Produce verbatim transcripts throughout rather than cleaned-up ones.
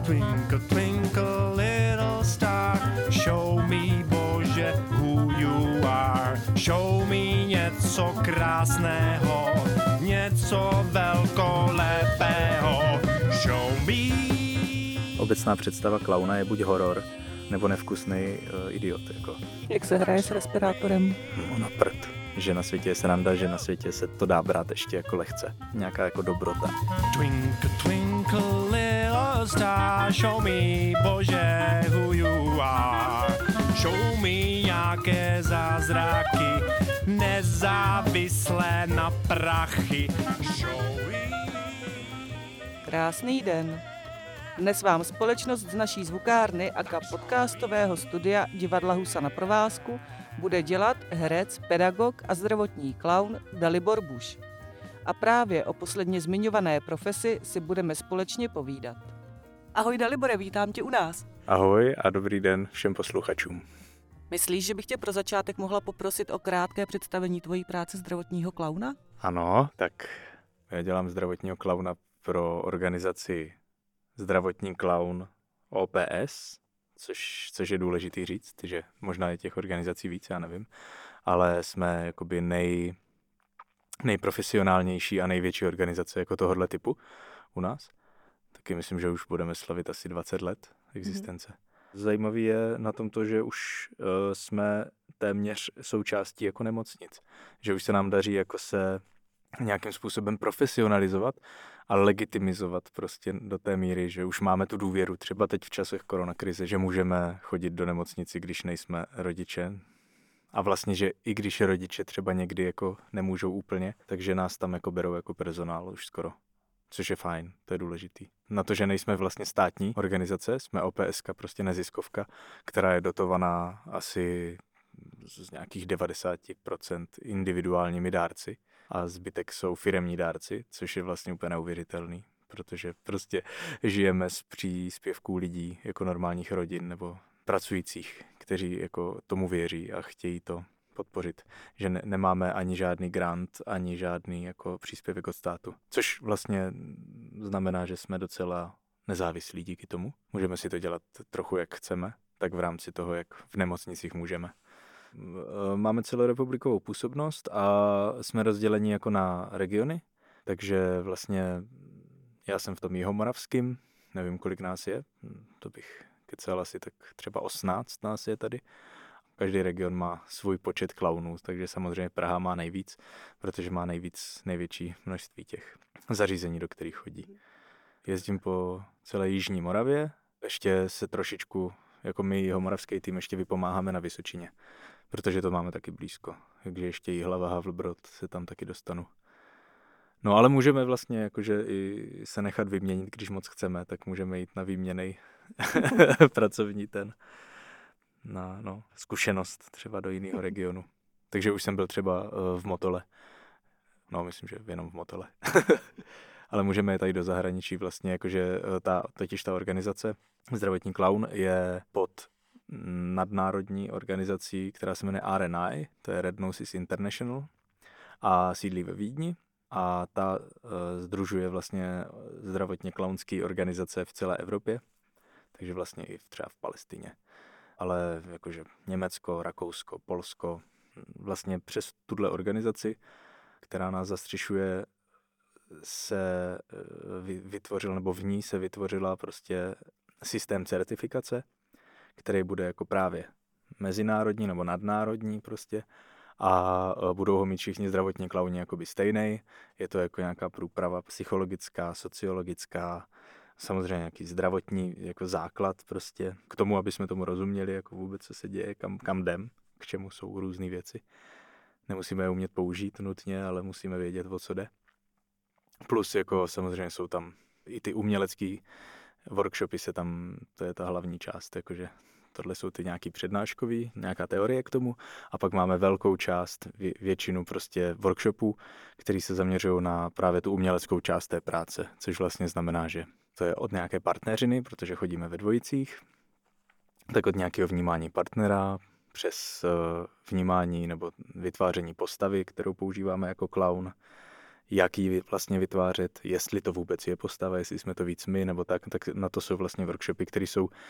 Twinkle, twinkle, little star, show me, Bože, who you are. Show me něco krásného, něco velkolepého. Show me. Obecná představa klauna je buď horor, nebo nevkusný uh, idiot. Jako. Jak se hraje s respirátorem? No na prd. Že na světě je sranda, že na světě se to dá brát ještě jako lehce. Nějaká jako dobrota. Twinkle, twinkle, little star, show me, Bože, who you are. Show me nějaké zázraky, nezávislé na prachy. Show me. Krásný den. Dnes vám společnost z naší zvukárny a podcastového studia Divadla Husa na provázku bude dělat herec, pedagog a zdravotní klaun Dalibor Buš. A právě o posledně zmiňované profesi si budeme společně povídat. Ahoj Dalibore, vítám tě u nás. Ahoj a dobrý den všem posluchačům. Myslíš, že bych tě pro začátek mohla poprosit o krátké představení tvojí práce zdravotního klauna? Ano, tak já dělám zdravotního klauna pro organizaci Zdravotní klaun O P S, což, což je důležitý říct, že možná je těch organizací víc, já nevím, ale jsme jakoby nej, nejprofesionálnější a největší organizace jako tohohle typu u nás. Taky myslím, že už budeme slavit asi dvacet let existence. Mm-hmm. Zajímavý je na tom to, že už uh, jsme téměř součástí jako nemocnic, že už se nám daří jako se nějakým způsobem profesionalizovat a legitimizovat prostě do té míry, že už máme tu důvěru třeba teď v časech koronakrize, že můžeme chodit do nemocnici, když nejsme rodiče. A vlastně, že i když rodiče třeba někdy jako nemůžou úplně, takže nás tam jako berou jako personál už skoro. Což je fajn, to je důležitý. Na to, že nejsme vlastně státní organizace, jsme O P S ka, prostě neziskovka, která je dotovaná asi z nějakých devadesát procent individuálními dárci. A zbytek jsou firemní dárci, což je vlastně úplně neuvěřitelný, protože prostě žijeme z příspěvků lidí jako normálních rodin nebo pracujících, kteří jako tomu věří a chtějí to podpořit. Že ne- nemáme ani žádný grant, ani žádný jako příspěvek od státu, což vlastně znamená, že jsme docela nezávislí díky tomu. Můžeme si to dělat trochu jak chceme, tak v rámci toho, jak v nemocnicích můžeme. Máme celorepublikovou působnost a jsme rozděleni jako na regiony, takže vlastně já jsem v tom jihomoravském, nevím, kolik nás je, to bych kecal asi tak třeba osmnáct nás je tady. Každý region má svůj počet klaunů, takže samozřejmě Praha má nejvíc, protože má nejvíc, největší množství těch zařízení, do kterých chodí. Jezdím po celé jižní Moravě, ještě se trošičku, jako my jihomoravský tým, ještě vypomáháme na Vysočině, protože to máme taky blízko. Takže ještě Jihlava, Havlbrod se tam taky dostanu. No ale můžeme vlastně jakože i se nechat vyměnit, když moc chceme, tak můžeme jít na výměnej pracovní ten na no, zkušenost třeba do jiného regionu. Takže už jsem byl třeba v Motole. No, myslím, že jenom v Motole. Ale můžeme jít tady do zahraničí vlastně, jakože ta, totiž ta organizace Zdravotní klaun je pod nadnárodní organizací, která se jmenuje R N I, to je Red Noses International, a sídlí ve Vídni a ta uh, sdružuje vlastně zdravotně klaunské organizace v celé Evropě, takže vlastně i třeba v Palestině. Ale jakože Německo, Rakousko, Polsko, vlastně přes tuhle organizaci, která nás zastřešuje, se vytvořil, nebo v ní se vytvořila prostě systém certifikace, který bude jako právě mezinárodní nebo nadnárodní prostě a budou ho mít všichni zdravotní klauni jakoby stejnej. Je to jako nějaká průprava psychologická, sociologická, samozřejmě nějaký zdravotní jako základ prostě k tomu, aby jsme tomu rozuměli, jako vůbec co se děje, kam, kam jdem, k čemu jsou různé věci. Nemusíme je umět použít nutně, ale musíme vědět, o co jde. Plus jako samozřejmě jsou tam i ty umělecký workshopy, se tam, to je ta hlavní část, jakože tohle jsou ty nějaký přednáškový, nějaká teorie k tomu a pak máme velkou část, vě, většinu prostě workshopů, který se zaměřují na právě tu uměleckou část té práce, což vlastně znamená, že to je od nějaké partneřiny, protože chodíme ve dvojicích, tak od nějakého vnímání partnera přes vnímání nebo vytváření postavy, kterou používáme jako klaun, jak ji vlastně vytvářet, jestli to vůbec je postava, jestli jsme to víc my, nebo tak, tak na to jsou vlastně workshopy, které jsou uh,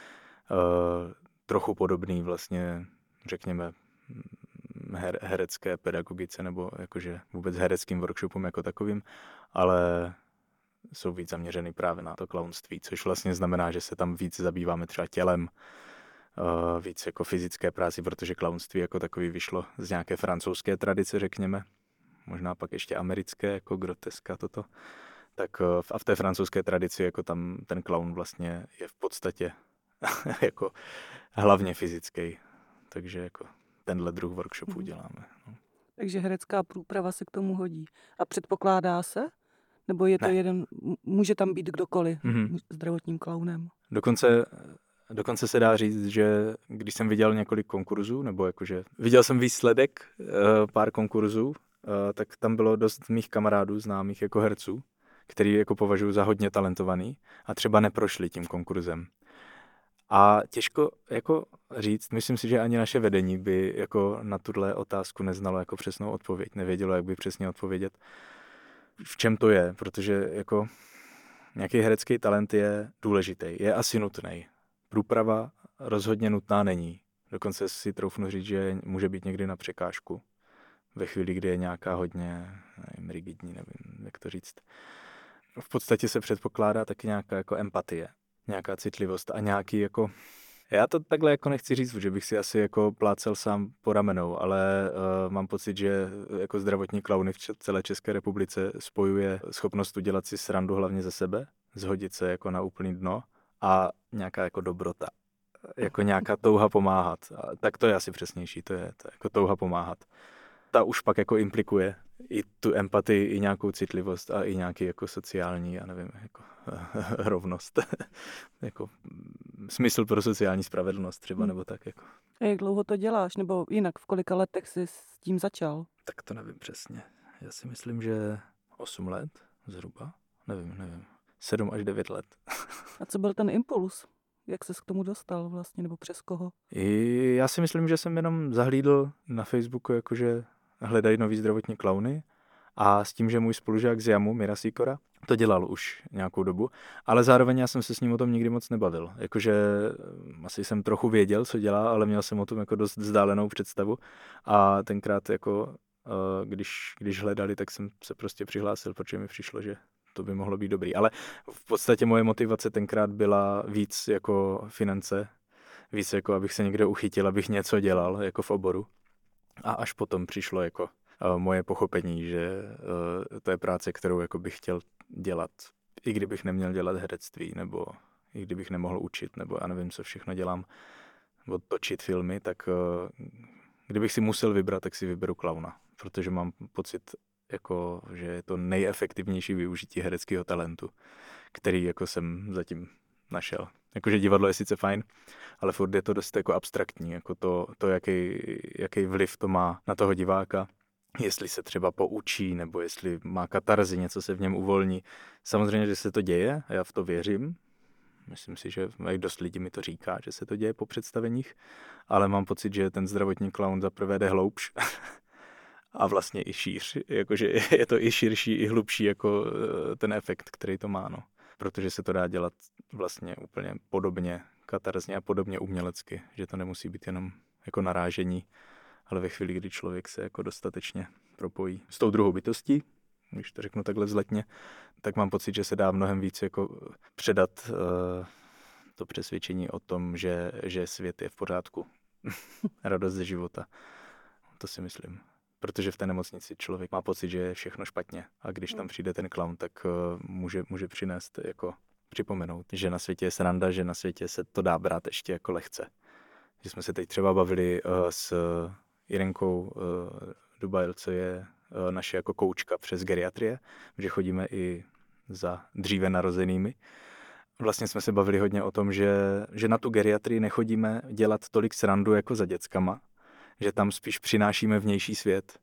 trochu podobný vlastně, řekněme, her, herecké pedagogice, nebo jakože vůbec hereckým workshopům jako takovým, ale jsou víc zaměřený právě na to klaunství, což vlastně znamená, že se tam víc zabýváme třeba tělem, uh, víc jako fyzické práci, protože klaunství jako takový vyšlo z nějaké francouzské tradice, řekněme, možná pak ještě americké, jako groteska toto, tak uh, a v té francouzské tradici jako tam ten klaun vlastně je v podstatě jako hlavně fyzický, takže jako tenhle druh workshopů děláme. No. Takže herecká průprava se k tomu hodí. A předpokládá se? Nebo je to ne. jeden, může tam být kdokoliv mm-hmm. zdravotním klaunem? Dokonce, dokonce se dá říct, že když jsem viděl několik konkurzů, nebo jakože viděl jsem výsledek uh, pár konkurzů, uh, tak tam bylo dost mých kamarádů, známých jako herců, který jako považuji za hodně talentovaný a třeba neprošli tím konkurzem. A těžko jako říct, myslím si, že ani naše vedení by jako na tuhle otázku neznalo jako přesnou odpověď, nevědělo, jak by přesně odpovědět, v čem to je, protože jako nějaký herecký talent je důležitý, je asi nutný. Průprava rozhodně nutná není. Dokonce si troufnu říct, že může být někdy na překážku. Ve chvíli, kdy je nějaká hodně nevím, rigidní, nevím, jak to říct. V podstatě se předpokládá taky nějaká jako empatie, nějaká citlivost a nějaký jako... Já to takhle jako nechci říct, že bych si asi jako plácel sám po ramenou, ale uh, mám pocit, že jako zdravotní klauny v celé České republice spojuje schopnost udělat si srandu hlavně ze sebe, zhodit se jako na úplný dno a nějaká jako dobrota, jako nějaká touha pomáhat. A tak to je asi přesnější, to je, to je jako touha pomáhat. Ta už pak jako implikuje i tu empatii, i nějakou citlivost a i nějaký jako sociální, já nevím, jako rovnost. Jako smysl pro sociální spravedlnost třeba, nebo tak jako. A jak dlouho to děláš? Nebo jinak, v kolika letech jsi s tím začal? Tak to nevím přesně. Já si myslím, že osm let zhruba. Nevím, nevím. sedm až devět let. A co byl ten impuls? Jak ses k tomu dostal vlastně, nebo přes koho? I já si myslím, že jsem jenom zahlídl na Facebooku, jakože hledají nový zdravotní klauny a s tím, že můj spolužák z Jamu, Mira Sikora, to dělal už nějakou dobu, ale zároveň já jsem se s ním o tom nikdy moc nebavil. Jakože asi jsem trochu věděl, co dělá, ale měl jsem o tom jako dost vzdálenou představu a tenkrát jako, když, když hledali, tak jsem se prostě přihlásil, protože mi přišlo, že to by mohlo být dobrý. Ale v podstatě moje motivace tenkrát byla víc jako finance, víc jako abych se někde uchytil, abych něco dělal jako v oboru. A až potom přišlo jako uh, moje pochopení, že uh, to je práce, kterou jako bych chtěl dělat, i kdybych neměl dělat herectví, nebo i kdybych nemohl učit, nebo já nevím, co všechno dělám, nebo točit filmy, tak uh, kdybych si musel vybrat, tak si vyberu klauna, protože mám pocit, jako, že je to nejefektivnější využití hereckého talentu, který jako jsem zatím našel. Jakože divadlo je sice fajn, ale furt je to dost jako abstraktní, jako to, to jaký, jaký vliv to má na toho diváka, jestli se třeba poučí, nebo jestli má katarzi, něco se v něm uvolní. Samozřejmě, že se to děje, já v to věřím. Myslím si, že dost lidí mi to říká, že se to děje po představeních, ale mám pocit, že ten zdravotní klaun zaprvé jde hloubš a vlastně i šíř, jakože je to i širší, i hlubší jako ten efekt, který to má, no. Protože se to dá dělat vlastně úplně podobně katarzně a podobně umělecky, že to nemusí být jenom jako narážení, ale ve chvíli, kdy člověk se jako dostatečně propojí s tou druhou bytostí, když to řeknu takhle vzletně, tak mám pocit, že se dá mnohem víc jako předat uh, to přesvědčení o tom, že, že svět je v pořádku. Radost ze života. To si myslím. Protože v té nemocnici člověk má pocit, že je všechno špatně. A když tam přijde ten klaun, tak uh, může, může přinést, jako připomenout, že na světě je sranda, že na světě se to dá brát ještě jako lehce. Že jsme se teď třeba bavili uh, s Jirenkou uh, Dubajl, co je uh, naše jako koučka přes geriatrie, že chodíme i za dříve narozenými. Vlastně jsme se bavili hodně o tom, že, že na tu geriatrii nechodíme dělat tolik srandu jako za dětskama, že tam spíš přinášíme vnější svět,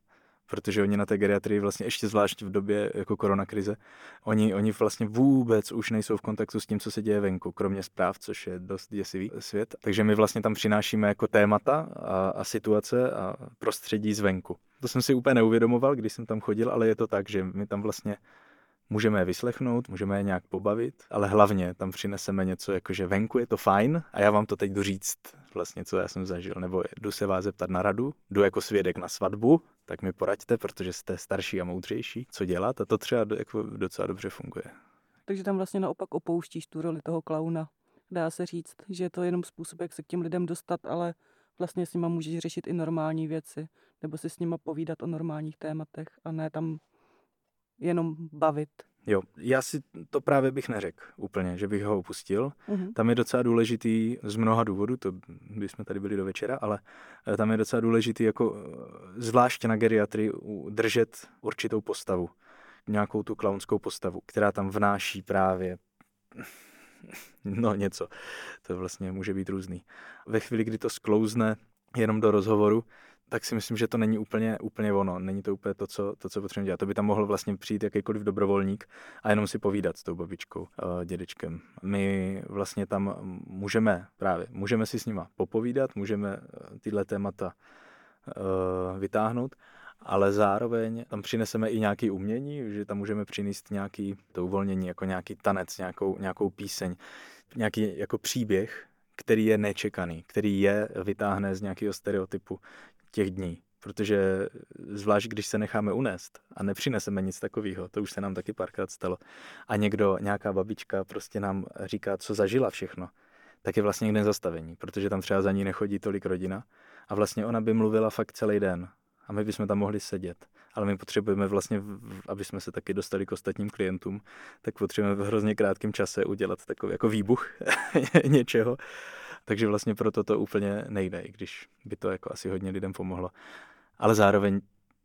protože oni na té geriatrii vlastně ještě zvlášť v době jako koronakrize, oni, oni vlastně vůbec už nejsou v kontaktu s tím, co se děje venku, kromě zpráv, což je dost děsivý svět. Takže my vlastně tam přinášíme jako témata a, a situace a prostředí zvenku. To jsem si úplně neuvědomoval, když jsem tam chodil, ale je to tak, že my tam vlastně můžeme je vyslechnout, můžeme je nějak pobavit, ale hlavně tam přineseme něco, jakože venku je to fajn a já vám to teď jdu říct vlastně, co já jsem zažil, nebo jdu se vás zeptat na radu, jdu jako svědek na svatbu, tak mi poraďte, protože jste starší a moudřejší, co dělat, a to třeba jako docela dobře funguje. Takže tam vlastně naopak opouštíš tu roli toho klauna. Dá se říct, že je to jenom způsob, jak se k těm lidem dostat, ale vlastně s nima můžeš řešit i normální věci, nebo si s nima povídat o normálních tématech a ne tam jenom bavit. Jo, já si to právě bych neřekl úplně, že bych ho opustil. Uh-huh. Tam je docela důležitý z mnoha důvodů, to bychom tady byli do večera, ale tam je docela důležitý jako zvláště na geriatrii držet určitou postavu, nějakou tu klaunskou postavu, která tam vnáší právě no něco. To vlastně může být různý. Ve chvíli, kdy to sklouzne jenom do rozhovoru, tak si myslím, že to není úplně, úplně ono. Není to úplně to, co, to, co potřebujeme dělat. To by tam mohl vlastně přijít jakýkoliv dobrovolník a jenom si povídat s tou babičkou, dědečkem. My vlastně tam můžeme právě, můžeme si s nima popovídat, můžeme tyhle témata uh, vytáhnout, ale zároveň tam přineseme i nějaké umění, že tam můžeme přinést nějaký to uvolnění, jako nějaký tanec, nějakou, nějakou píseň, nějaký jako příběh, který je nečekaný, který je vytáhne z nějakého stereotypu těch dní. Protože zvlášť, když se necháme unést a nepřineseme nic takového, to už se nám taky párkrát stalo, a někdo, nějaká babička prostě nám říká, co zažila všechno, tak je vlastně někde zastavení, protože tam třeba za ní nechodí tolik rodina a vlastně ona by mluvila fakt celý den a my bychom tam mohli sedět. Ale my potřebujeme vlastně, aby jsme se taky dostali k ostatním klientům, tak potřebujeme v hrozně krátkém čase udělat takový jako výbuch něčeho. Takže vlastně proto to úplně nejde, i když by to jako asi hodně lidem pomohlo. Ale zároveň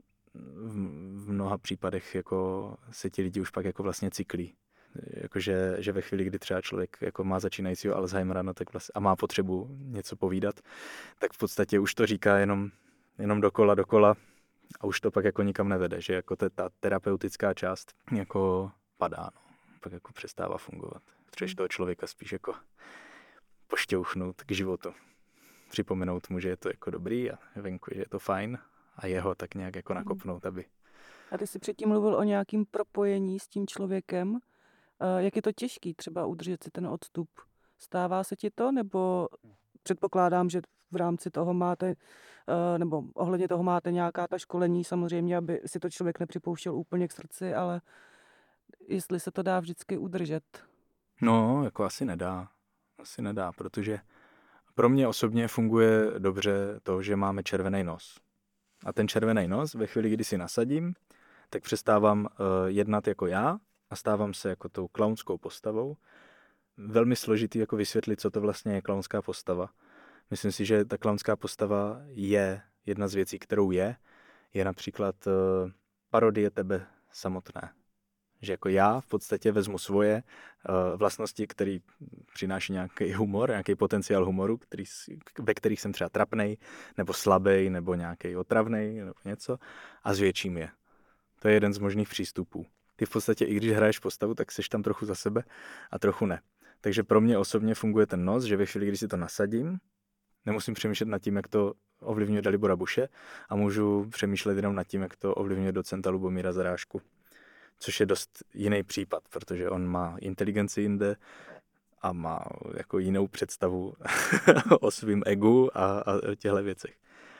v mnoha případech jako se ti lidi už pak jako vlastně cyklí. Jakože, že ve chvíli, kdy třeba člověk jako má začínajícího Alzheimera, no tak vlastně, a má potřebu něco povídat, tak v podstatě už to říká jenom, jenom dokola, dokola a už to pak jako nikam nevede, že jako ta terapeutická část jako padá, no. Pak jako přestává fungovat. Potřebuješ toho člověka spíš jako pošťouchnout k životu. Připomenout mu, že je to jako dobrý a venku, že je to fajn a jeho tak nějak jako nakopnout, aby... A ty jsi předtím mluvil o nějakým propojení s tím člověkem. Jak je to těžký třeba udržet si ten odstup? Stává se ti to, nebo předpokládám, že v rámci toho máte, nebo ohledně toho máte nějaká ta školení samozřejmě, aby si to člověk nepřipouštěl úplně k srdci, ale jestli se to dá vždycky udržet? No, jako asi nedá. Asi nedá, protože pro mě osobně funguje dobře to, že máme červený nos. A ten červený nos, ve chvíli, kdy si nasadím, tak přestávám uh, jednat jako já a stávám se jako tou klaunskou postavou. Velmi složitý jako vysvětlit, co to vlastně je klaunská postava. Myslím si, že ta klaunská postava je jedna z věcí, kterou je, je například uh, parodie tebe samotné. Že jako já v podstatě vezmu svoje uh, vlastnosti, které přináší nějaký humor, nějaký potenciál humoru, který, ve kterých jsem třeba trapnej, nebo slabej, nebo nějaký otravnej, nebo něco, a zvětším je. To je jeden z možných přístupů. Ty v podstatě, i když hraješ postavu, tak seš tam trochu za sebe a trochu ne. Takže pro mě osobně funguje ten nos, že ve chvíli, kdy si to nasadím, nemusím přemýšlet nad tím, jak to ovlivňuje Dalibora Bushe, a můžu přemýšlet jenom nad tím, jak to ovlivňuje docenta Lubomíra Zarážku. Což je dost jiný případ, protože on má inteligenci jinde a má jako jinou představu o svým egu a, a těchto věcech.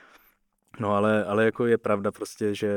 No ale, ale jako je pravda prostě, že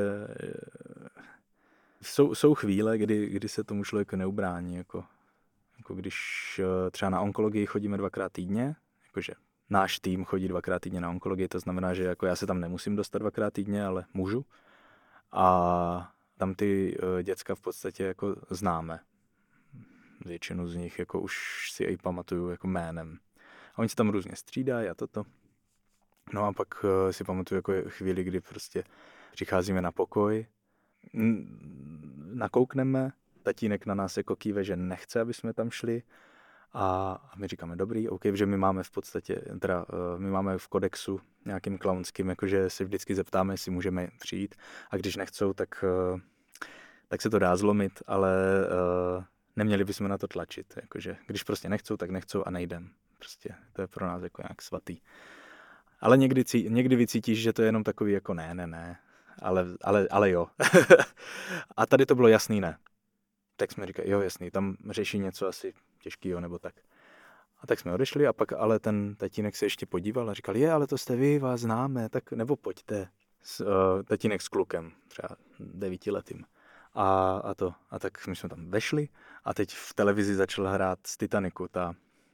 jsou, jsou chvíle, kdy, kdy se tomu člověku neubrání. Jako, jako když třeba na onkologii chodíme dvakrát týdně, jakože náš tým chodí dvakrát týdně na onkologii, to znamená, že jako já se tam nemusím dostat dvakrát týdně, ale můžu. A tam ty uh, děcka v podstatě jako známe. Většinu z nich jako už si i pamatuju jako jménem. A oni se tam různě střídají a toto. No a pak uh, si pamatuju jako chvíli, kdy prostě přicházíme na pokoj, n- nakoukneme, tatínek na nás jako kýve, že nechce, aby jsme tam šli, a, a my říkáme dobrý, OK, že my máme v podstatě, teda uh, my máme v kodexu nějakým klaunským, jakože se vždycky zeptáme, jestli můžeme přijít a když nechcou, tak, tak se to dá zlomit, ale uh, neměli bychom na to tlačit, jakože když prostě nechcou, tak nechcou a nejdem. Prostě to je pro nás jako nějak svatý. Ale někdy, někdy vycítíš, že to je jenom takový jako ne, ne, ne, ale, ale, ale jo. A tady to bylo jasný ne. Tak jsme říkali, jo, jasný, tam řeší něco asi těžkýho nebo tak. A tak jsme odešli a pak ale ten tatínek se ještě podíval a říkal, je, ale to jste vy, vás známe, tak nebo pojďte. S, uh, tatínek s klukem, třeba devítiletým. A, a to, a tak my jsme tam vešli a teď v televizi začala hrát z Titaniku ta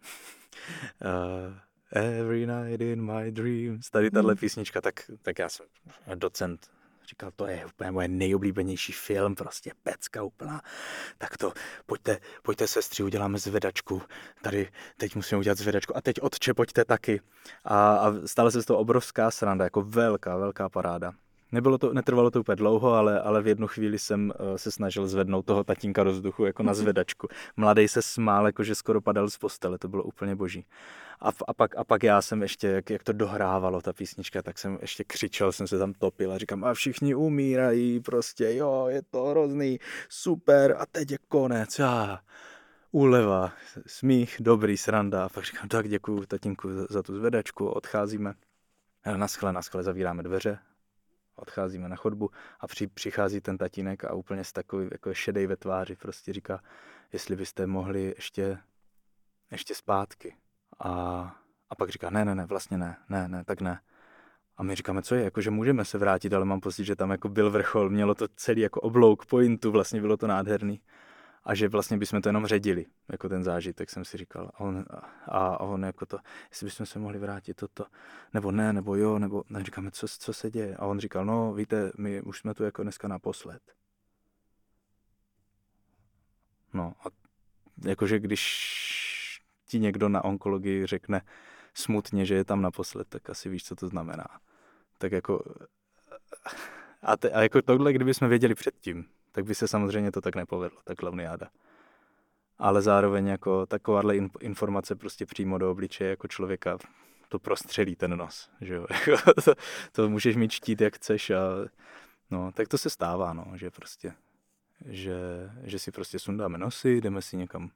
uh, Every night in my dreams, tady tahle písnička, tak, tak já jsem docent, říkal, to je úplně moje nejoblíbenější film, prostě pecka úplná. Tak to, pojďte, pojďte sestři, uděláme zvedačku. Tady, teď musíme udělat zvedačku. A teď otče, pojďte taky. A, a stala se z toho obrovská sranda, jako velká, velká paráda. Nebylo to, netrvalo to úplně dlouho, ale, ale v jednu chvíli jsem uh, se snažil zvednout toho tatínka do vzduchu jako na zvedačku. Mladej se smál, jakože skoro padal z postele, to bylo úplně boží. A, a, pak, a pak já jsem ještě, jak, jak to dohrávalo ta písnička, tak jsem ještě křičel, jsem se tam topil a říkám, a všichni umírají, prostě, jo, je to hrozný, super, a teď je konec, já. Úleva, smích, dobrý, sranda. A pak říkám, tak děkuju tatínku za, za tu zvedačku, odcházíme. Naschle, naschle, zavíráme dveře. Odcházíme na chodbu a při, přichází ten tatínek a úplně s takový jako šedej ve tváři prostě říká, jestli byste mohli ještě, ještě zpátky. A, a pak říká, ne, ne, ne, vlastně ne, ne, ne, tak ne. A my říkáme, co je, jako, že můžeme se vrátit, ale mám pocit, že tam jako byl vrchol, mělo to celý jako oblouk, pointu, vlastně bylo to nádherný. A že vlastně bychom to jenom ředili, jako ten zážitek, jsem si říkal. A on, a, a on jako to, jestli bychom se mohli vrátit toto, nebo ne, nebo jo, nebo a říkáme, co, co se děje. A on říkal, no víte, my už jsme tu jako dneska naposled. No a jakože když ti někdo na onkologii řekne smutně, že je tam naposled, tak asi víš, co to znamená. Tak jako, a, te, a jako tohle, kdybychom věděli předtím, tak by se samozřejmě to tak nepovedlo, ta klauniáda. Ale zároveň jako takováhle informace prostě přímo do obličeje jako člověka to prostřelí ten nos, že jo. to, to můžeš mít štít, jak chceš a no, tak to se stává, no, že prostě, že, že si prostě sundáme nosy, jdeme si někam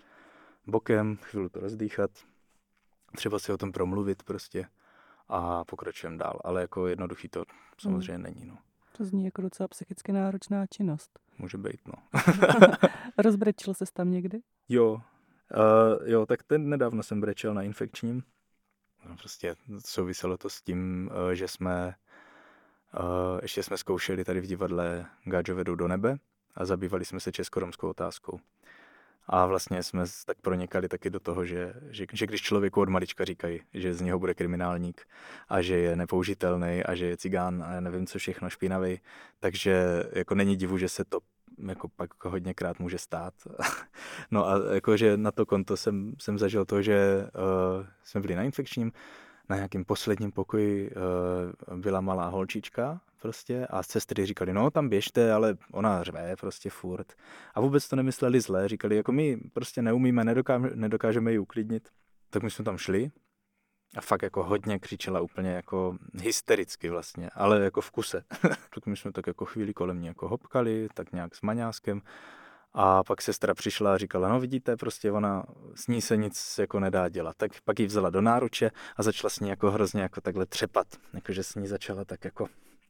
bokem, chvíli to rozdýchat, třeba si o tom promluvit prostě a pokračujeme dál, ale jako jednoduchý to samozřejmě hmm. není, no. To zní jako docela psychicky náročná činnost. Může být, no. Rozbrečil ses tam někdy? Jo, uh, jo, tak ten nedávno jsem brečel na infekčním. No, prostě souviselo to s tím, uh, že jsme, uh, ještě jsme zkoušeli tady v divadle Gáčo vedou do nebe a zabývali jsme se českoromskou otázkou. A vlastně jsme tak pronikali taky do toho, že, že, že když člověku od malička říkají, že z něho bude kriminálník a že je nepoužitelný a že je cigán a já nevím co všechno špinavý, takže jako není divu, že se to jako pak hodněkrát může stát. No a jakože na to konto jsem, jsem zažil to, že uh, jsme byli na infekčním, na nějakém posledním pokoji uh, byla malá holčička prostě a sestry říkali, no tam běžte, ale ona řve prostě furt. A vůbec to nemysleli zlé, říkali, jako my prostě neumíme, nedokážeme, nedokážeme ji uklidnit. Tak my jsme tam šli a fakt jako hodně křičela úplně jako hystericky vlastně, ale jako v kuse. Tak my jsme tak jako chvíli kolem ní jako hopkali, tak nějak s maňáskem. A pak sestra přišla a říkala, no vidíte, prostě ona, s ní se nic jako nedá dělat. Tak pak ji vzala do náruče a začala s ní jako hrozně jako takhle třepat. Jakože s ní začala tak jako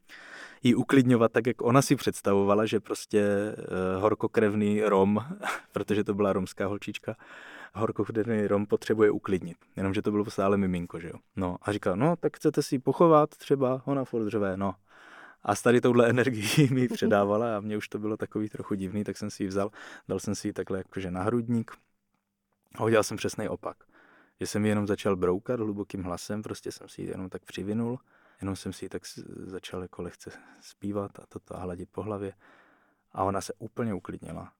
jí uklidňovat, tak jak ona si představovala, že prostě uh, horkokrevný Rom, protože to byla romská holčička, horkokrevný Rom potřebuje uklidnit. Jenomže to bylo stále miminko, že jo. No a říkala, no tak chcete si pochovat třeba, ona furt řve, no. A s tady touhle energií mi předávala a mně už to bylo takový trochu divný, tak jsem si ji vzal, dal jsem si ji takhle jakože na hrudník a udělal jsem přesný opak. Že jsem ji jenom začal broukat hlubokým hlasem, prostě jsem si ji jenom tak přivinul, jenom jsem si ji tak začal jako lehce zpívat a toto a hladit po hlavě a ona se úplně uklidnila.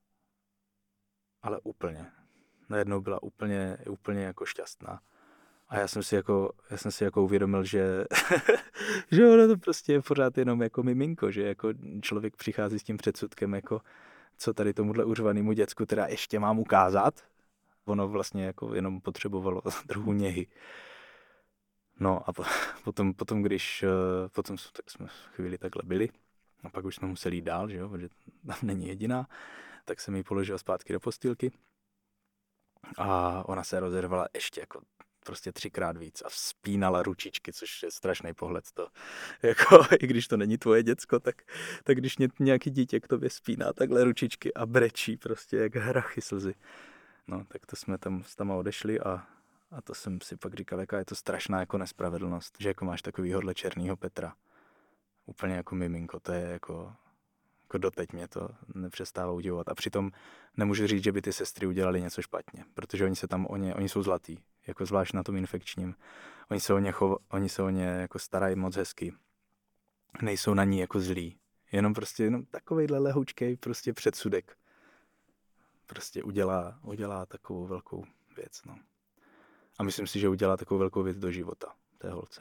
Ale úplně. Najednou byla úplně, úplně jako šťastná. A já jsem si jako, já jsem si jako uvědomil, že, že ono to prostě je pořád jenom jako miminko, že jako člověk přichází s tím předsudkem, jako co tady tomuhle uřvanému děcku teda ještě mám ukázat. Ono vlastně jako jenom potřebovalo trochu něhy. No a po, potom, potom, když potom tak jsme chvíli takhle byli a pak už jsme museli jít dál, že jo, protože tam není jediná, tak jsem ji položil zpátky do postýlky a ona se rozervala ještě jako prostě třikrát víc a vzpínala ručičky, což je strašný pohled to. Jako, i když to není tvoje děcko, tak, tak když nějaký dítě k tobě spíná takhle ručičky a brečí prostě jak hrachy slzy. No, tak to jsme tam s tama odešli a, a to jsem si pak říkal, jaká je to strašná jako nespravedlnost, že jako máš takovýhodle černýho Petra. Úplně jako miminko, to je jako, jako doteď mě to nepřestává udivovat. A přitom nemůžu říct, že by ty sestry udělali něco špatně, protože oni se tam o ně, oni jsou zlatý, jako zvlášť na tom infekčním. Oni se o ně, chov, oni se o ně jako starají moc hezky. Nejsou na ní jako zlí. Jenom prostě jenom takovejhle lehoučkej prostě předsudek. Prostě udělá, udělá takovou velkou věc, no. A myslím si, že udělá takovou velkou věc do života té holce.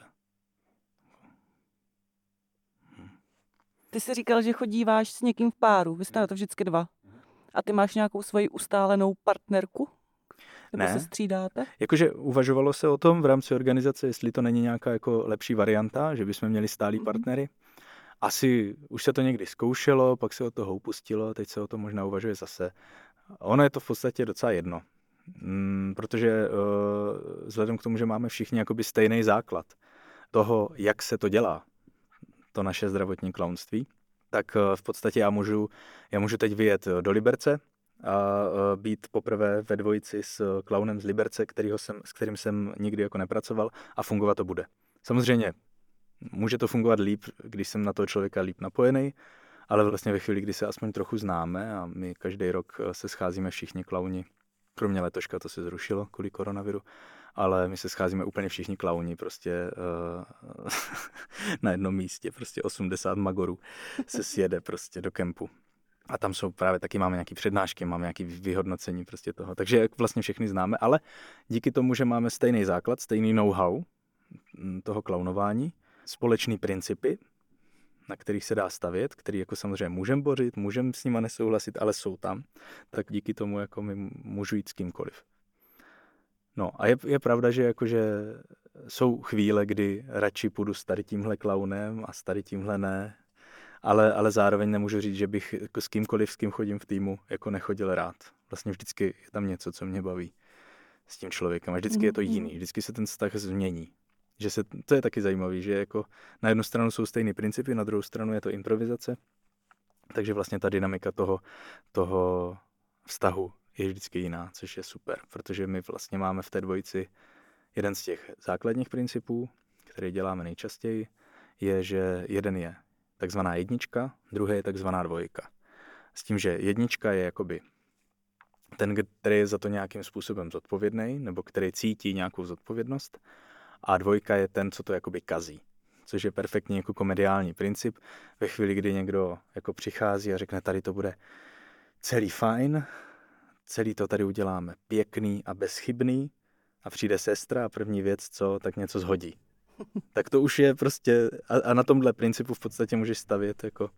Hm. Ty jsi říkal, že chodíváš s někým v páru, vy jste na to vždycky dva. A ty máš nějakou svoji ustálenou partnerku? Nebo ne. se střídáte? Jakože uvažovalo se o tom v rámci organizace, jestli to není nějaká jako lepší varianta, že bychom měli stálý mm-hmm. partnery. Asi už se to někdy zkoušelo, pak se od toho upustilo, teď se o tom možná uvažuje zase. Ono je to v podstatě docela jedno, mm, protože uh, vzhledem k tomu, že máme všichni jakoby stejný základ toho, jak se to dělá, to naše zdravotní klaunství, tak uh, v podstatě já můžu, já můžu teď vyjet do Liberce a uh, být poprvé ve dvojici s klaunem z Liberce, kterýho jsem, s kterým jsem nikdy jako nepracoval a fungovat to bude. Samozřejmě může to fungovat líp, když jsem na toho člověka líp napojený, ale vlastně ve chvíli, kdy se aspoň trochu známe a my každý rok se scházíme všichni klauni, kromě letoška, to se zrušilo kvůli koronaviru, ale my se scházíme úplně všichni klauni, prostě uh, na jednom místě, prostě osmdesát magorů se sjede prostě do kempu. A tam jsou právě taky, máme nějaké přednášky, máme nějaké vyhodnocení prostě toho. Takže vlastně všechny známe, ale díky tomu, že máme stejný základ, stejný know-how toho klaunování, společný principy, na kterých se dá stavět, který jako samozřejmě můžeme bořit, můžeme s nima nesouhlasit, ale jsou tam, tak díky tomu jako my můžu jít s kýmkoliv. No a je, je pravda, že jakože jsou chvíle, kdy radši půjdu s tady tímhle klaunem a s tady tímhle ne, ale, ale zároveň nemůžu říct, že bych jako s kýmkoliv, s kým chodím v týmu, jako nechodil rád. Vlastně vždycky je tam něco, co mě baví s tím člověkem a vždycky je to jiný, vždycky se ten vztah změní. Že se, to je taky zajímavý, že jako na jednu stranu jsou stejné principy, na druhou stranu je to improvizace, takže vlastně ta dynamika toho, toho vztahu je vždycky jiná, což je super, protože my vlastně máme v té dvojici jeden z těch základních principů, který děláme nejčastěji, je, že jeden je takzvaná jednička, druhý je takzvaná dvojka. S tím, že jednička je jakoby ten, který je za to nějakým způsobem zodpovědný, nebo který cítí nějakou zodpovědnost, a dvojka je ten, co to jakoby kazí. Což je perfektní jako komediální princip. Ve chvíli, kdy někdo jako přichází a řekne, tady to bude celý fajn, celý to tady uděláme pěkný a bezchybný a přijde sestra a první věc, co, tak něco zhodí. Tak to už je prostě, a, a na tomhle principu v podstatě můžeš stavět jako,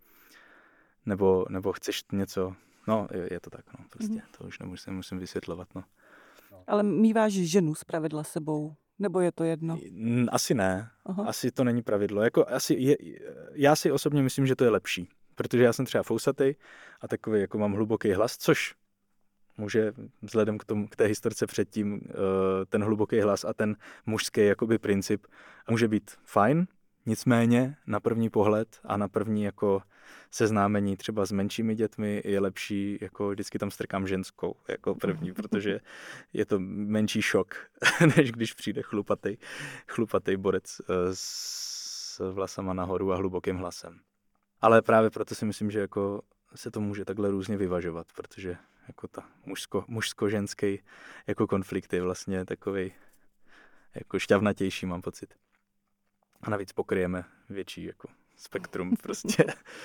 nebo, nebo chceš něco, no je, je to tak, no prostě, mm. to už nemusím, musím vysvětlovat, no. Ale míváš ženu zpravidla sebou? Nebo je to jedno? Asi ne. Aha. Asi to není pravidlo. Jako asi je, já si osobně myslím, že to je lepší. Protože já jsem třeba fousatej a takový jako mám hluboký hlas, což může vzhledem k, tomu, k té historce předtím ten hluboký hlas a ten mužský jakoby princip může být fajn, nicméně na první pohled a na první jako seznámení třeba s menšími dětmi je lepší, jako vždycky tam strkám ženskou jako první, protože je to menší šok, než když přijde chlupatej, chlupatej borec s vlasama nahoru a hlubokým hlasem. Ale právě proto si myslím, že jako se to může takhle různě vyvažovat, protože jako ta mužsko, mužsko-ženský jako konflikt je vlastně takovej jako šťavnatější, mám pocit. A navíc pokryjeme větší jako spektrum prostě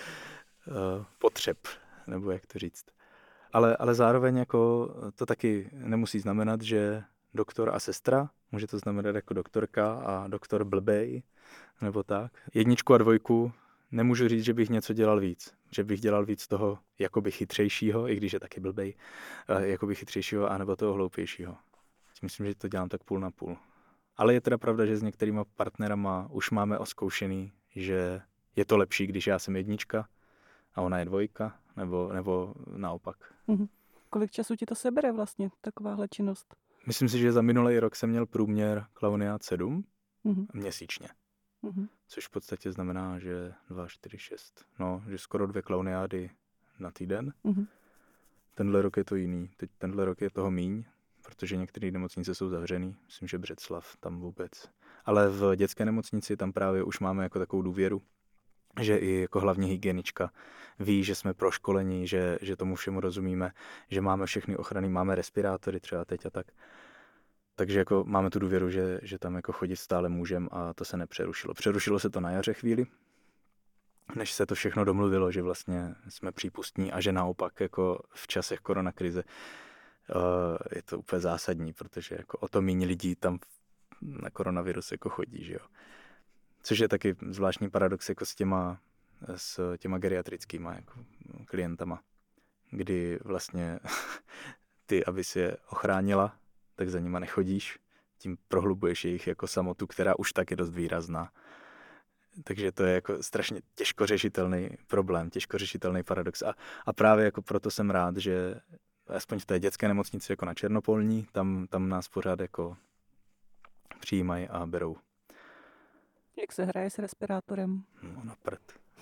potřeb, nebo jak to říct. Ale, ale zároveň jako to taky nemusí znamenat, že doktor a sestra, může to znamenat jako doktorka a doktor blbej, nebo tak. Jedničku a dvojku nemůžu říct, že bych něco dělal víc. Že bych dělal víc toho jakoby chytřejšího, i když je taky blbej, jakoby chytřejšího, anebo toho hloupějšího. Myslím, že to dělám tak půl na půl. Ale je teda pravda, že s některýma partnerama už máme oskoušený, že je to lepší, když já jsem jednička a ona je dvojka, nebo, nebo naopak. Mhm. Kolik času ti to sebere vlastně, takováhle činnost? Myslím si, že za minulý rok jsem měl průměr Klauniád sedm Mhm. měsíčně. Mhm. Což v podstatě znamená, že dva, čtyři, šest. No, že skoro dvě klauniády na týden. Mhm. Tenhle rok je to jiný. Teď tenhle rok je toho míň, protože některé nemocnice jsou zavřený. Myslím, že Břeclav tam vůbec. Ale v dětské nemocnici tam právě už máme jako takovou důvěru, že i jako hlavní hygienička ví, že jsme proškolení, že, že tomu všemu rozumíme, že máme všechny ochrany, máme respirátory třeba teď a tak. Takže jako máme tu důvěru, že, že tam jako chodit stále můžem a to se nepřerušilo. Přerušilo se to na jaře chvíli, než se to všechno domluvilo, že vlastně jsme přípustní a že naopak jako v časech koronakrize uh, je to úplně zásadní, protože jako o to méně lidí tam na koronavirus jako chodí, že jo. Což je taky zvláštní paradox jako s těma, s těma geriatrickýma jako klientama, kdy vlastně ty, aby si je ochránila, tak za nima nechodíš, tím prohlubuješ jejich jako samotu, která už tak je dost výrazná. Takže to je jako strašně těžko řešitelný problém, těžko řešitelný paradox. A, a právě jako proto jsem rád, že aspoň v té dětské nemocnici jako na Černopolní, tam, tam nás pořád jako přijímají a berou. Jak se hraje s respirátorem? No na prd.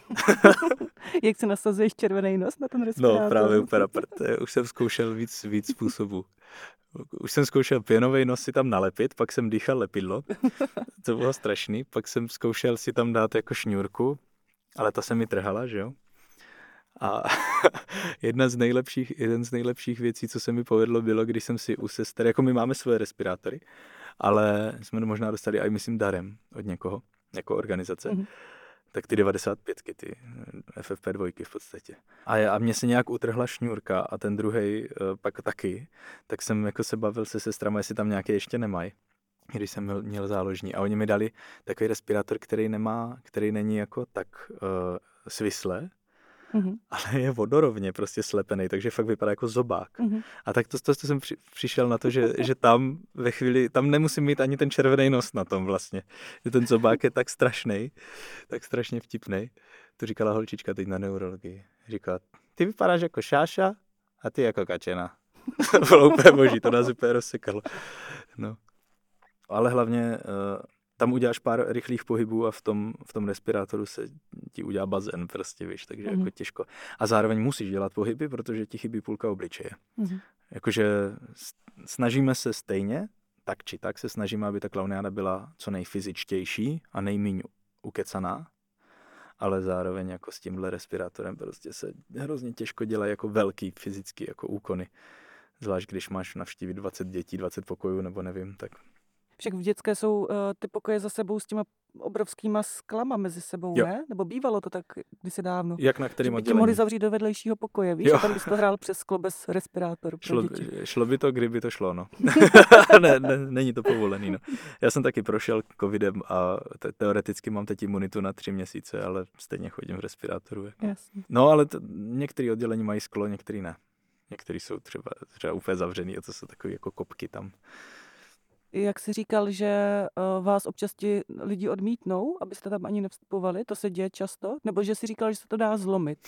Jak se nasazuješ červený nos na ten respirátor? No právě úplně na prd. Už jsem zkoušel víc, víc způsobů. Už jsem zkoušel pěnovej nos si tam nalepit, pak jsem dýchal lepidlo, to bylo strašný, pak jsem zkoušel si tam dát jako šňůrku, ale ta se mi trhala, že jo. A jedna z nejlepších, jeden z nejlepších věcí, co se mi povedlo, bylo, když jsem si u sester, jako my máme svoje respirátory, ale jsme možná dostali i myslím darem od někoho, jako organizace. Mm-hmm. Tak ty devadesát pětky, ty F F P dva v podstatě. A, já, a mě se nějak utrhla šňůrka a ten druhej uh, pak taky, tak jsem jako se bavil se sestrama, jestli tam nějaké ještě nemají, když jsem měl, měl záložní. A oni mi dali takový respirátor, který nemá, který není jako tak uh, svisle, mm-hmm. ale je vodorovně prostě slepený, takže fakt vypadá jako zobák. Mm-hmm. A tak to, to, to jsem při, přišel na to, že, že tam ve chvíli, tam nemusím mít ani ten červený nos na tom vlastně. Že ten zobák je tak strašný, tak strašně vtipnej. To říkala holčička teď na neurologii. Říkala, ty vypadáš jako šáša a ty jako kačena. To bylo úplně boží, to nás úplně rozsekalo. No. Ale hlavně uh, tam uděláš pár rychlých pohybů a v tom, v tom respirátoru se ti udělá bazén prostě, víš, takže mm-hmm. jako těžko. A zároveň musíš dělat pohyby, protože ti chybí půlka obličeje. Mm-hmm. Jakože snažíme se stejně, tak či tak se snažíme, aby ta klauniáda byla co nejfyzičtější a nejméně ukecaná, ale zároveň jako s tímhle respirátorem prostě se hrozně těžko dělají jako velký fyzický jako úkony. Zvlášť když máš navštívit dvacet dětí, dvacet pokojů nebo nevím, tak... Však v dětské jsou uh, ty pokoje za sebou s těma obrovskýma sklama mezi sebou, jo. Ne? Nebo bývalo to tak kdysi dávno. Jak na kterým oddělení? Že by mohli zavřít do vedlejšího pokoje, víš? Jo. A tam bys to hrál přes sklo bez respirátoru pro šlo, děti. Šlo by to, kdyby to šlo, no. ne, ne, není to povolený, no. Já jsem taky prošel covidem a te- teoreticky mám teď imunitu na tři měsíce, ale stejně chodím v respirátoru. Jako. Jasně. No, ale t- některé oddělení mají sklo, některé ne. Některý jsou třeba, třeba úplně zavřený a to jsou takové jako kopky tam. Jak jsi říkal, že uh, vás občas ti lidi odmítnou, abyste tam ani nevstupovali, to se děje často? Nebo že jsi říkal, že se to dá zlomit?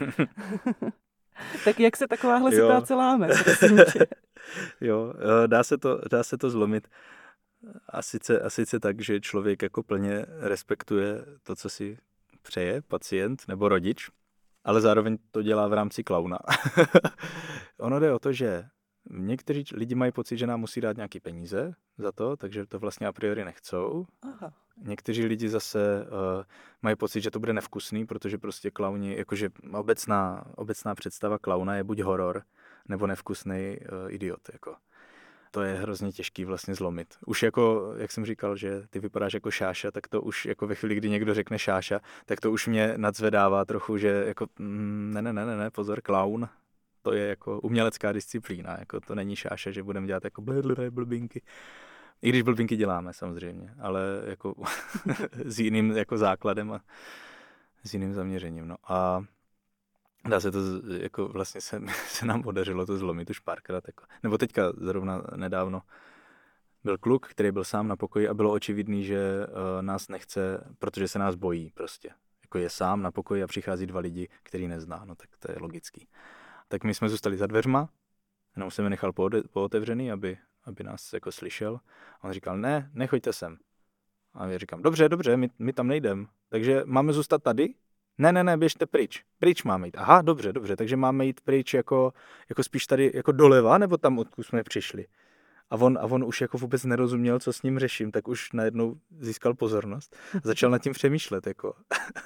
Tak jak se takováhle jo. situace láme? Jo, dá se to, dá se to zlomit. A sice, a sice tak, že člověk jako plně respektuje to, co si přeje pacient nebo rodič, ale zároveň to dělá v rámci klauna. Ono jde o to, že někteří lidi mají pocit, že nám musí dát nějaké peníze za to, takže to vlastně a priori nechcou. Aha. Někteří lidi zase uh, mají pocit, že to bude nevkusný, protože prostě klauni, jakože obecná, obecná představa klauna je buď horor, nebo nevkusný uh, idiot. Jako. To je hrozně těžký vlastně zlomit. Už jako, jak jsem říkal, že ty vypadáš jako šáša, tak to už jako ve chvíli, kdy někdo řekne šáša, tak to už mě nadzvedává trochu, že jako mm, ne, ne, ne, ne, pozor, klaun. To je jako umělecká disciplína, jako to není šáša, že budeme dělat jako blblblé blbinky. I když blbinky děláme samozřejmě, ale jako s jiným jako základem a s jiným zaměřením. No a dá se to, jako vlastně se, se nám podařilo to zlomit už párkrát. Jako. Nebo teďka zrovna nedávno byl kluk, který byl sám na pokoji a bylo očividný, že uh, nás nechce, protože se nás bojí prostě. Jako je sám na pokoji a přichází dva lidi, který nezná, no tak to je logický. Tak my jsme zůstali za dveřma, jenom jsem je nechal pootevřený, aby, aby nás jako slyšel. A on říkal, ne, nechoďte sem. A já říkám, dobře, dobře, my, my tam nejdem. Takže máme zůstat tady? Ne, ne, ne, běžte pryč. Pryč máme jít. Aha, dobře, dobře, takže máme jít pryč jako, jako spíš tady jako doleva, nebo tam, odkud jsme přišli. A on, a on už jako vůbec nerozuměl, co s ním řeším, tak už najednou získal pozornost. Začal nad tím přemýšlet, jako.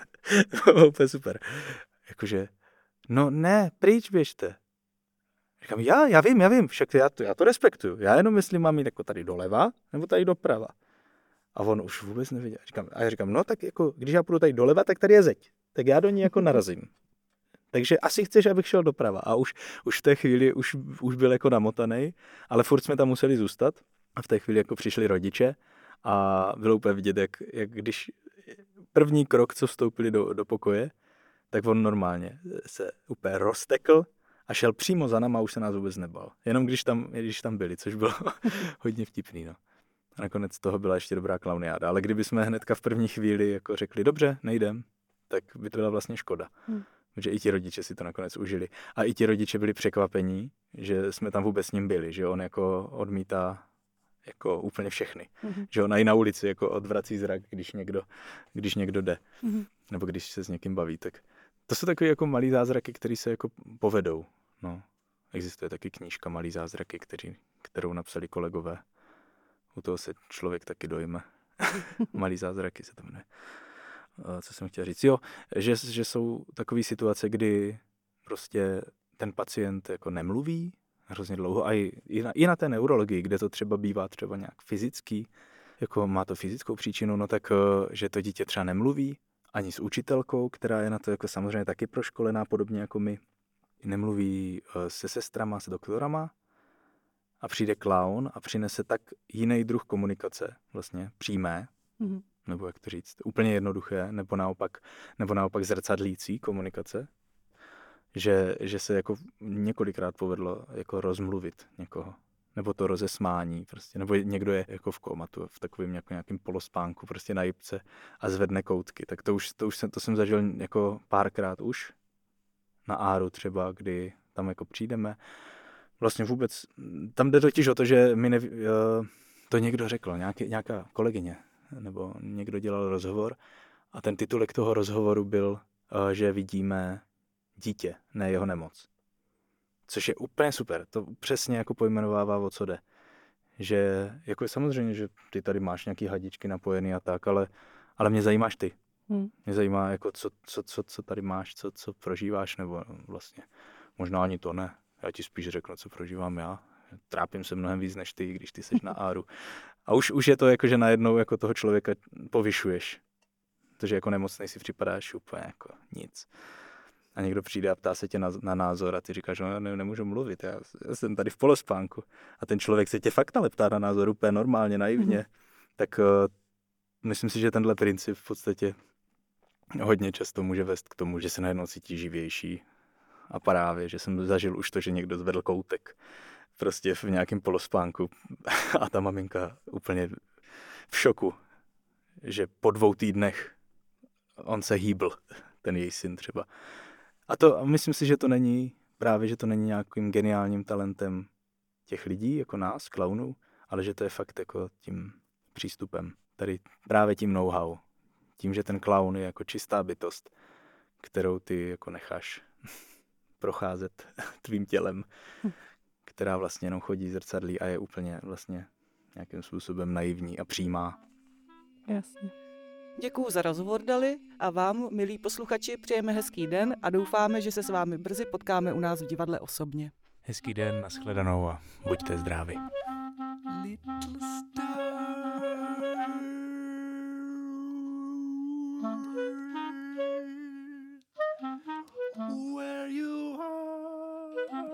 To bylo úplně super. Jakože, no ne, pryč běžte. Říkám, já, já vím, já vím, však já to, já to respektuju. Já jenom myslím, mám jít jako tady doleva, nebo tady doprava. A on už vůbec nevěděl. Říkám, a já říkám, no tak jako, když já půjdu tady doleva, tak tady je zeď. Tak já do ní jako narazím. Takže asi chceš, abych šel doprava. A už, už v té chvíli už, už byl jako namotaný, ale furt jsme tam museli zůstat. A v té chvíli jako přišli rodiče a bylo úplně vidět, jak, jak když první krok, co vstoupili do, do pokoje, tak on normálně se úplně roztekl a šel přímo za náma a už se nás vůbec nebal. Jenom když tam, když tam byli, což bylo hodně vtipný. No. A nakonec toho byla ještě dobrá klauniáda. Ale kdyby jsme hnedka v první chvíli jako řekli, dobře, nejdem, tak by to byla vlastně škoda. Hmm. Protože i ti rodiče si to nakonec užili. A i ti rodiče byli překvapení, že jsme tam vůbec s ním byli, že on jako odmítá jako úplně všechny. Mm-hmm. Že on i na ulici jako odvrací zrak, když někdo, když někdo jde. Mm-hmm. Nebo když se s někým baví. Tak to jsou takové jako malý zázraky, které se jako povedou. No. Existuje taky knížka Malý zázraky, který, kterou napsali kolegové. U toho se člověk taky dojme. Malý zázraky se to jmenuje. Co jsem chtěl říct? Jo, že, že jsou takové situace, kdy prostě ten pacient jako nemluví hrozně dlouho a i, i, na, i na té neurologii, kde to třeba bývá třeba nějak fyzický, jako má to fyzickou příčinu, no tak, že to dítě třeba nemluví ani s učitelkou, která je na to jako samozřejmě taky proškolená, podobně jako my. Nemluví se sestrama, s doktorama a přijde klaun a přinese tak jiný druh komunikace, vlastně přímé, mm-hmm. nebo jak to říct, úplně jednoduché, nebo naopak, nebo naopak zrcadlící komunikace, že, že se jako několikrát povedlo jako rozmluvit někoho, nebo to rozesmání, prostě, nebo někdo je jako v komatu, v takovém jako nějakém polospánku, prostě na jipce a zvedne koutky, tak to už, to už jsem, to jsem zažil jako párkrát už, na Áru třeba, kdy tam jako přijdeme, vlastně vůbec, tam jde totiž o to, že mi neví, to někdo řekl, nějaký, nějaká kolegyně, nebo někdo dělal rozhovor a ten titulek toho rozhovoru byl, že vidíme dítě, ne jeho nemoc. Což je úplně super, to přesně jako pojmenovává, o co jde. Že jako je samozřejmě, že ty tady máš nějaký hadičky napojený a tak, ale, ale mě zajímáš ty. Hmm. Mě zajímá, jako co, co, co, co tady máš, co, co prožíváš, nebo vlastně možná ani to ne. Já ti spíš řeknu, co prožívám já. Trápím se mnohem víc než ty, když ty seš na Áru. A už, už je to jako, že najednou jako toho člověka povyšuješ. Protože jako nemocnej si připadáš úplně jako nic. A někdo přijde a ptá se tě na, na názor a ty říkáš, no ne, nemůžu mluvit, já, já jsem tady v polospánku. A ten člověk se tě fakt ale ptá na názor úplně normálně, naivně. Mm-hmm. Tak uh, myslím si, že tenhle princip v podstatě hodně často může vést k tomu, že se najednou cítí živější. A právě, že jsem zažil už to, že někdo zvedl koutek prostě v nějakém polospánku a ta maminka úplně v šoku, že po dvou týdnech on se hýbl, ten její syn třeba. A to myslím si, že to není právě, že to není nějakým geniálním talentem těch lidí, jako nás, klaunů, ale že to je fakt jako tím přístupem, tady právě tím know-how, tím, že ten klaun je jako čistá bytost, kterou ty jako necháš procházet tvým tělem, která vlastně jenom chodí zrcadlí a je úplně vlastně nějakým způsobem naivní a přímá. Jasně. Děkuju za rozhovor, Dali, a vám, milí posluchači, přejeme hezký den a doufáme, že se s vámi brzy potkáme u nás v divadle osobně. Hezký den, nashledanou a buďte zdraví. Where you are,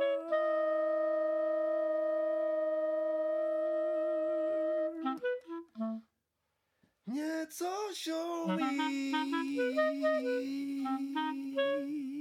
něco show me.